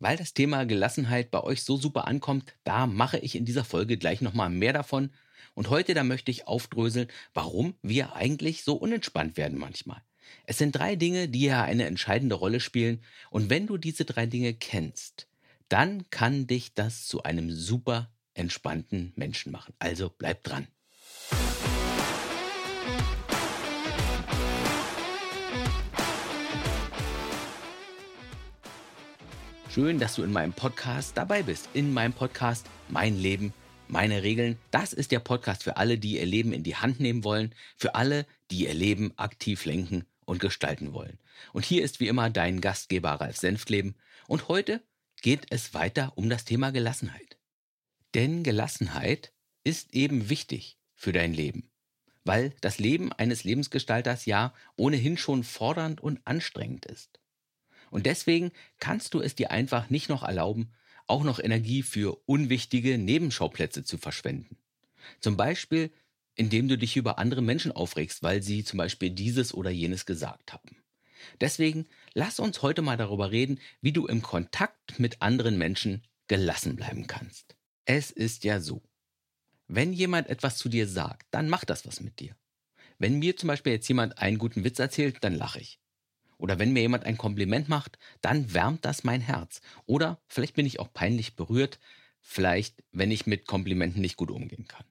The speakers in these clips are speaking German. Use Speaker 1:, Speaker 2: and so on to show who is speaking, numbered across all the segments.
Speaker 1: Weil das Thema Gelassenheit bei euch so super ankommt, da mache ich in dieser Folge gleich nochmal mehr davon. Und heute, da möchte ich aufdröseln, warum wir eigentlich so unentspannt werden manchmal. Es sind drei Dinge, die ja eine entscheidende Rolle spielen. Und wenn du diese drei Dinge kennst, dann kann dich das zu einem super entspannten Menschen machen. Also bleib dran. Schön, dass du in meinem Podcast dabei bist. In meinem Podcast Mein Leben, meine Regeln. Das ist der Podcast für alle, die ihr Leben in die Hand nehmen wollen. Für alle, die ihr Leben aktiv lenken und gestalten wollen. Und hier ist wie immer dein Gastgeber Ralf Senftleben. Und heute geht es weiter um das Thema Gelassenheit. Denn Gelassenheit ist eben wichtig für dein Leben. Weil das Leben eines Lebensgestalters ja ohnehin schon fordernd und anstrengend ist. Und deswegen kannst du es dir einfach nicht noch erlauben, auch noch Energie für unwichtige Nebenschauplätze zu verschwenden. Zum Beispiel, indem du dich über andere Menschen aufregst, weil sie zum Beispiel dieses oder jenes gesagt haben. Deswegen lass uns heute mal darüber reden, wie du im Kontakt mit anderen Menschen gelassen bleiben kannst. Es ist ja so, wenn jemand etwas zu dir sagt, dann macht das was mit dir. Wenn mir zum Beispiel jetzt jemand einen guten Witz erzählt, dann lache ich. Oder wenn mir jemand ein Kompliment macht, dann wärmt das mein Herz. Oder vielleicht bin ich auch peinlich berührt, vielleicht wenn ich mit Komplimenten nicht gut umgehen kann.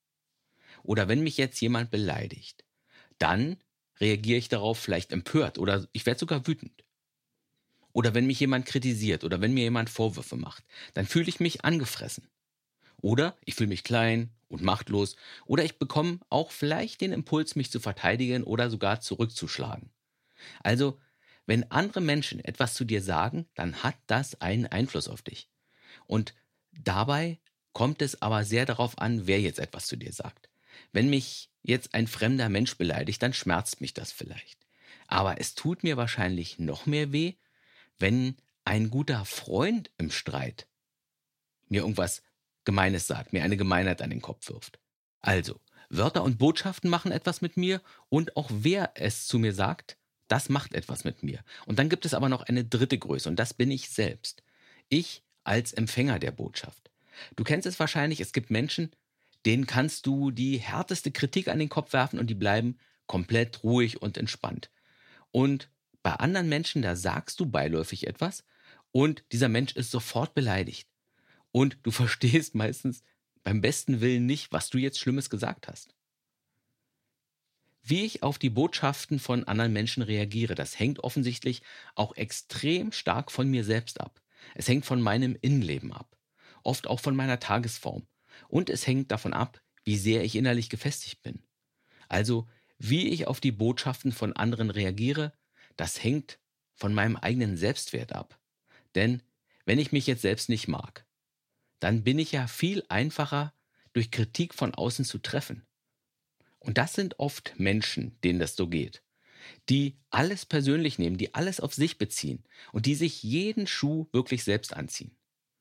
Speaker 1: Oder wenn mich jetzt jemand beleidigt, dann reagiere ich darauf vielleicht empört oder ich werde sogar wütend. Oder wenn mich jemand kritisiert oder wenn mir jemand Vorwürfe macht, dann fühle ich mich angefressen. Oder ich fühle mich klein und machtlos oder ich bekomme auch vielleicht den Impuls, mich zu verteidigen oder sogar zurückzuschlagen. Also, wenn andere Menschen etwas zu dir sagen, dann hat das einen Einfluss auf dich. Und dabei kommt es aber sehr darauf an, wer jetzt etwas zu dir sagt. Wenn mich jetzt ein fremder Mensch beleidigt, dann schmerzt mich das vielleicht. Aber es tut mir wahrscheinlich noch mehr weh, wenn ein guter Freund im Streit mir irgendwas Gemeines sagt, mir eine Gemeinheit an den Kopf wirft. Also, Wörter und Botschaften machen etwas mit mir und auch wer es zu mir sagt, das macht etwas mit mir. Und dann gibt es aber noch eine dritte Größe und das bin ich selbst. Ich als Empfänger der Botschaft. Du kennst es wahrscheinlich, es gibt Menschen, denen kannst du die härteste Kritik an den Kopf werfen und die bleiben komplett ruhig und entspannt. Und bei anderen Menschen, da sagst du beiläufig etwas und dieser Mensch ist sofort beleidigt. Und du verstehst meistens beim besten Willen nicht, was du jetzt Schlimmes gesagt hast. Wie ich auf die Botschaften von anderen Menschen reagiere, das hängt offensichtlich auch extrem stark von mir selbst ab. Es hängt von meinem Innenleben ab, oft auch von meiner Tagesform. Und es hängt davon ab, wie sehr ich innerlich gefestigt bin. Also, wie ich auf die Botschaften von anderen reagiere, das hängt von meinem eigenen Selbstwert ab. Denn wenn ich mich jetzt selbst nicht mag, dann bin ich ja viel einfacher durch Kritik von außen zu treffen. Und das sind oft Menschen, denen das so geht, die alles persönlich nehmen, die alles auf sich beziehen und die sich jeden Schuh wirklich selbst anziehen.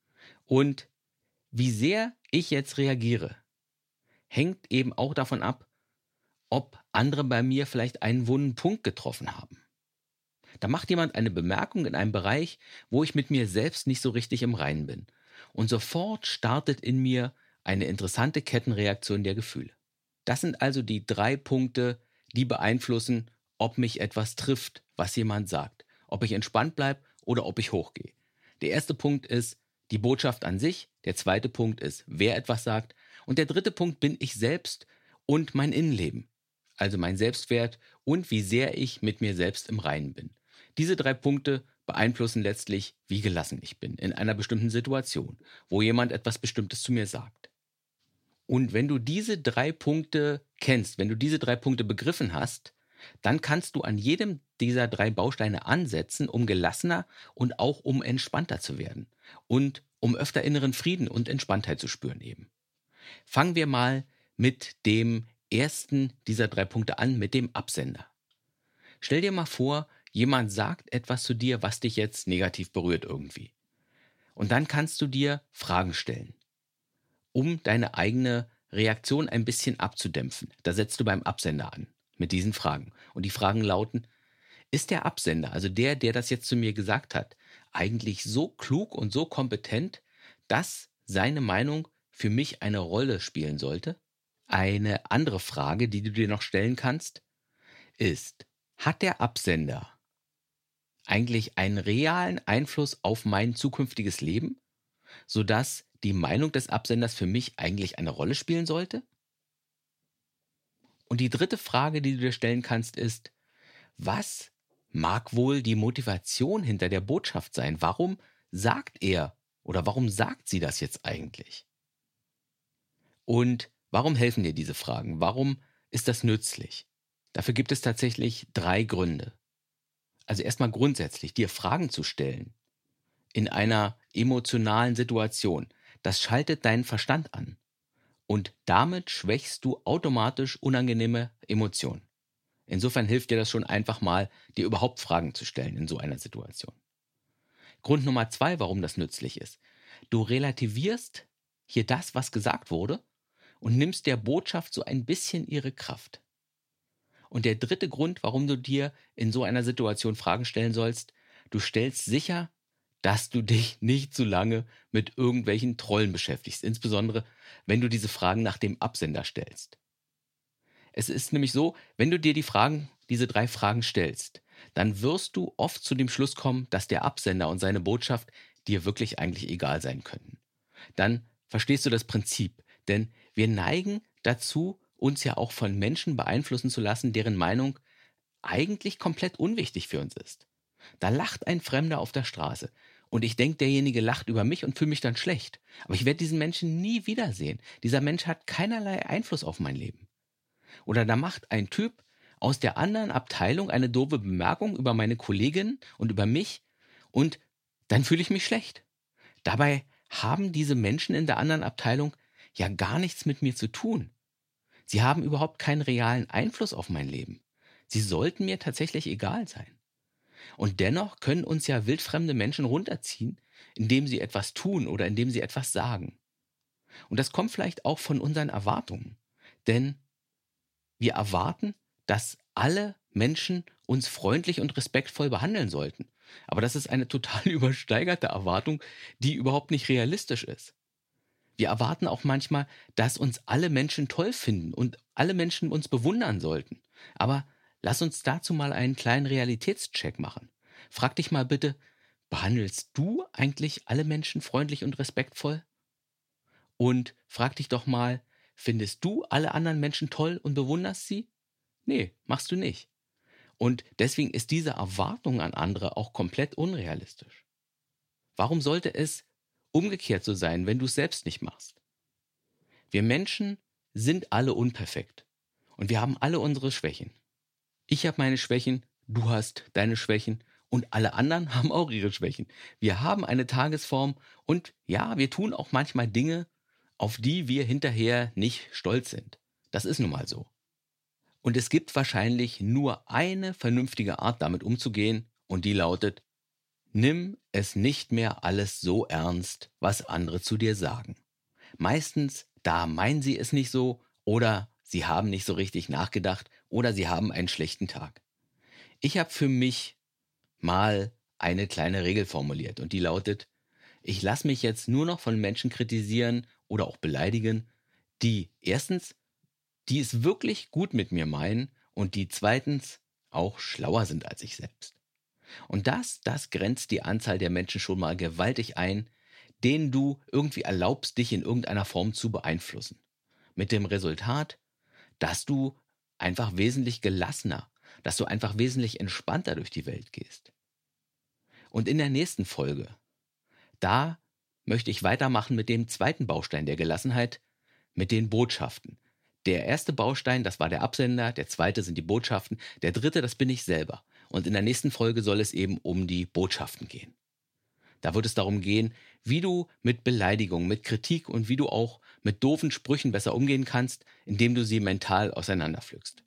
Speaker 1: Und wie sehr ich jetzt reagiere, hängt eben auch davon ab, ob andere bei mir vielleicht einen wunden Punkt getroffen haben. Da macht jemand eine Bemerkung in einem Bereich, wo ich mit mir selbst nicht so richtig im Reinen bin. Und sofort startet in mir eine interessante Kettenreaktion der Gefühle. Das sind also die drei Punkte, die beeinflussen, ob mich etwas trifft, was jemand sagt. Ob ich entspannt bleibe oder ob ich hochgehe. Der erste Punkt ist die Botschaft an sich. Der zweite Punkt ist, wer etwas sagt. Und der dritte Punkt bin ich selbst und mein Innenleben. Also mein Selbstwert und wie sehr ich mit mir selbst im Reinen bin. Diese drei Punkte beeinflussen letztlich, wie gelassen ich bin in einer bestimmten Situation, wo jemand etwas Bestimmtes zu mir sagt. Und wenn du diese drei Punkte kennst, wenn du diese drei Punkte begriffen hast, dann kannst du an jedem dieser drei Bausteine ansetzen, um gelassener und auch um entspannter zu werden und um öfter inneren Frieden und Entspanntheit zu spüren eben. Fangen wir mal mit dem ersten dieser drei Punkte an, mit dem Absender. Stell dir mal vor, jemand sagt etwas zu dir, was dich jetzt negativ berührt irgendwie. Und dann kannst du dir Fragen stellen, um deine eigene Reaktion ein bisschen abzudämpfen. Da setzt du beim Absender an mit diesen Fragen. Und die Fragen lauten, ist der Absender, also der das jetzt zu mir gesagt hat, eigentlich so klug und so kompetent, dass seine Meinung für mich eine Rolle spielen sollte? Eine andere Frage, die du dir noch stellen kannst, ist, hat der Absender eigentlich einen realen Einfluss auf mein zukünftiges Leben, sodass die Meinung des Absenders für mich eigentlich eine Rolle spielen sollte? Und die dritte Frage, die du dir stellen kannst, ist, was mag wohl die Motivation hinter der Botschaft sein? Warum sagt er oder warum sagt sie das jetzt eigentlich? Und warum helfen dir diese Fragen? Warum ist das nützlich? Dafür gibt es tatsächlich 3 Gründe. Also erstmal grundsätzlich, dir Fragen zu stellen in einer emotionalen Situation, das schaltet deinen Verstand an. Und damit schwächst du automatisch unangenehme Emotionen. Insofern hilft dir das schon einfach mal, dir überhaupt Fragen zu stellen in so einer Situation. Grund Nummer 2, warum das nützlich ist. Du relativierst hier das, was gesagt wurde und nimmst der Botschaft so ein bisschen ihre Kraft. Und der dritte Grund, warum du dir in so einer Situation Fragen stellen sollst, du stellst sicher, dass du dich nicht zu lange mit irgendwelchen Trollen beschäftigst, insbesondere wenn du diese Fragen nach dem Absender stellst. Es ist nämlich so, wenn du dir diese 3 Fragen stellst, dann wirst du oft zu dem Schluss kommen, dass der Absender und seine Botschaft dir wirklich eigentlich egal sein könnten. Dann verstehst du das Prinzip, denn wir neigen dazu, uns ja auch von Menschen beeinflussen zu lassen, deren Meinung eigentlich komplett unwichtig für uns ist. Da lacht ein Fremder auf der Straße und ich denke, derjenige lacht über mich und fühle mich dann schlecht. Aber ich werde diesen Menschen nie wiedersehen. Dieser Mensch hat keinerlei Einfluss auf mein Leben. Oder da macht ein Typ aus der anderen Abteilung eine doofe Bemerkung über meine Kollegin und über mich und dann fühle ich mich schlecht. Dabei haben diese Menschen in der anderen Abteilung ja gar nichts mit mir zu tun. Sie haben überhaupt keinen realen Einfluss auf mein Leben. Sie sollten mir tatsächlich egal sein. Und dennoch können uns ja wildfremde Menschen runterziehen, indem sie etwas tun oder indem sie etwas sagen. Und das kommt vielleicht auch von unseren Erwartungen. Denn wir erwarten, dass alle Menschen uns freundlich und respektvoll behandeln sollten. Aber das ist eine total übersteigerte Erwartung, die überhaupt nicht realistisch ist. Wir erwarten auch manchmal, dass uns alle Menschen toll finden und alle Menschen uns bewundern sollten. Aber lass uns dazu mal einen kleinen Realitätscheck machen. Frag dich mal bitte, behandelst du eigentlich alle Menschen freundlich und respektvoll? Und frag dich doch mal, findest du alle anderen Menschen toll und bewunderst sie? Nee, machst du nicht. Und deswegen ist diese Erwartung an andere auch komplett unrealistisch. Warum sollte es umgekehrt so sein, wenn du es selbst nicht machst? Wir Menschen sind alle unperfekt und wir haben alle unsere Schwächen. Ich habe meine Schwächen, du hast deine Schwächen und alle anderen haben auch ihre Schwächen. Wir haben eine Tagesform und ja, wir tun auch manchmal Dinge, auf die wir hinterher nicht stolz sind. Das ist nun mal so. Und es gibt wahrscheinlich nur eine vernünftige Art, damit umzugehen, und die lautet: Nimm es nicht mehr alles so ernst, was andere zu dir sagen. Meistens, da meinen sie es nicht so oder sie haben nicht so richtig nachgedacht oder sie haben einen schlechten Tag. Ich habe für mich mal eine kleine Regel formuliert und die lautet: Ich lasse mich jetzt nur noch von Menschen kritisieren oder auch beleidigen, die erstens, die es wirklich gut mit mir meinen und die zweitens auch schlauer sind als ich selbst. Und das grenzt die Anzahl der Menschen schon mal gewaltig ein, denen du irgendwie erlaubst, dich in irgendeiner Form zu beeinflussen. Mit dem Resultat, dass du einfach wesentlich gelassener, dass du einfach wesentlich entspannter durch die Welt gehst. Und in der nächsten Folge, da möchte ich weitermachen mit dem zweiten Baustein der Gelassenheit, mit den Botschaften. Der erste Baustein, das war der Absender, der zweite sind die Botschaften, der dritte, das bin ich selber. Und in der nächsten Folge soll es eben um die Botschaften gehen. Da wird es darum gehen, wie du mit Beleidigung, mit Kritik und wie du auch mit doofen Sprüchen besser umgehen kannst, indem du sie mental auseinanderpflückst.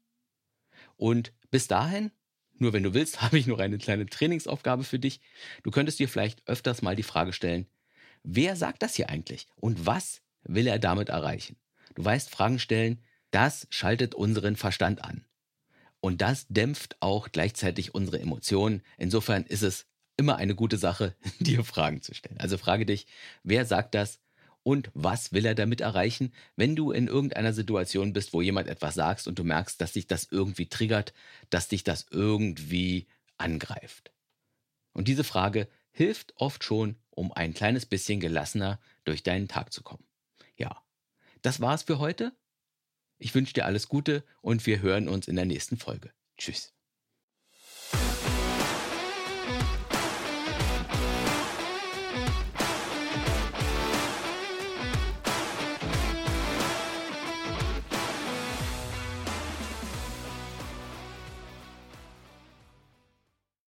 Speaker 1: Und bis dahin, nur wenn du willst, habe ich noch eine kleine Trainingsaufgabe für dich. Du könntest dir vielleicht öfters mal die Frage stellen: Wer sagt das hier eigentlich und was will er damit erreichen? Du weißt, Fragen stellen, das schaltet unseren Verstand an. Und das dämpft auch gleichzeitig unsere Emotionen. Insofern ist es immer eine gute Sache, dir Fragen zu stellen. Also frage dich, wer sagt das und was will er damit erreichen, wenn du in irgendeiner Situation bist, wo jemand etwas sagst und du merkst, dass dich das irgendwie triggert, dass dich das irgendwie angreift. Und diese Frage hilft oft schon, um ein kleines bisschen gelassener durch deinen Tag zu kommen. Ja, das war's für heute. Ich wünsche dir alles Gute und wir hören uns in der nächsten Folge. Tschüss.